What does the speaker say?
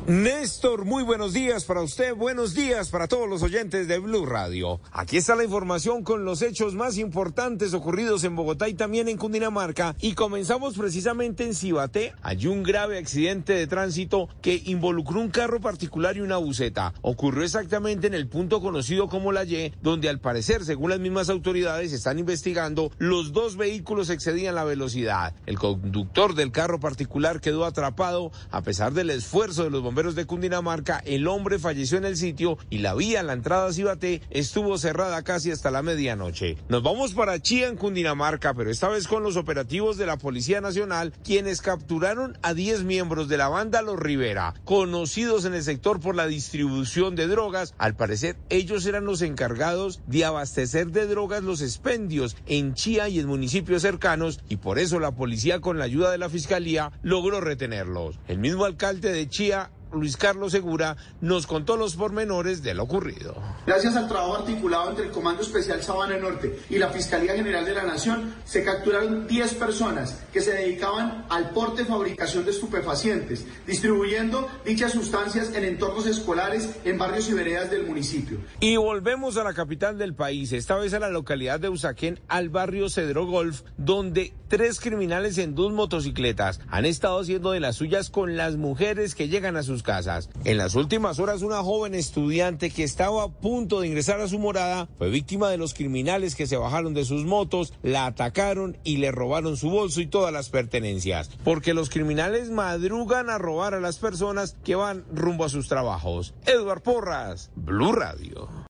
Néstor, muy buenos días para usted, buenos días para todos los oyentes de Blue Radio. Aquí está la información con los hechos más importantes ocurridos en Bogotá y también en Cundinamarca. Y comenzamos precisamente en Cibaté. Hay un grave accidente de tránsito que involucró un carro particular y una buseta. Ocurrió exactamente en el punto conocido como La Y, donde al parecer, según las mismas autoridades, están investigando, los dos vehículos excedían la velocidad. El conductor del carro particular quedó atrapado a pesar del esfuerzo de los bomberos de Cundinamarca. El hombre falleció en el sitio y la vía a la entrada a Cibaté estuvo cerrada casi hasta la medianoche. Nos vamos para Chía, en Cundinamarca, pero esta vez con los operativos de la Policía Nacional, quienes capturaron a 10 miembros de la banda Los Rivera, conocidos en el sector por la distribución de drogas. Al parecer, ellos eran los encargados de abastecer de drogas los expendios en Chía y en municipios cercanos, y por eso la policía, con la ayuda de la Fiscalía, logró retenerlos. El mismo alcalde de Chía, Luis Carlos Segura, nos contó los pormenores de lo ocurrido. Gracias al trabajo articulado entre el Comando Especial Sabana Norte y la Fiscalía General de la Nación, se capturaron 10 personas que se dedicaban al porte y fabricación de estupefacientes, distribuyendo dichas sustancias en entornos escolares, en barrios y veredas del municipio. Y volvemos a la capital del país, esta vez a la localidad de Usaquén, al barrio Cedro Golf, donde 3 criminales en 2 motocicletas han estado haciendo de las suyas con las mujeres que llegan a sus casas. En las últimas horas, una joven estudiante que estaba a punto de ingresar a su morada fue víctima de los criminales que se bajaron de sus motos, la atacaron y le robaron su bolso y todas las pertenencias, porque los criminales madrugan a robar a las personas que van rumbo a sus trabajos. Edward Porras, Blue Radio.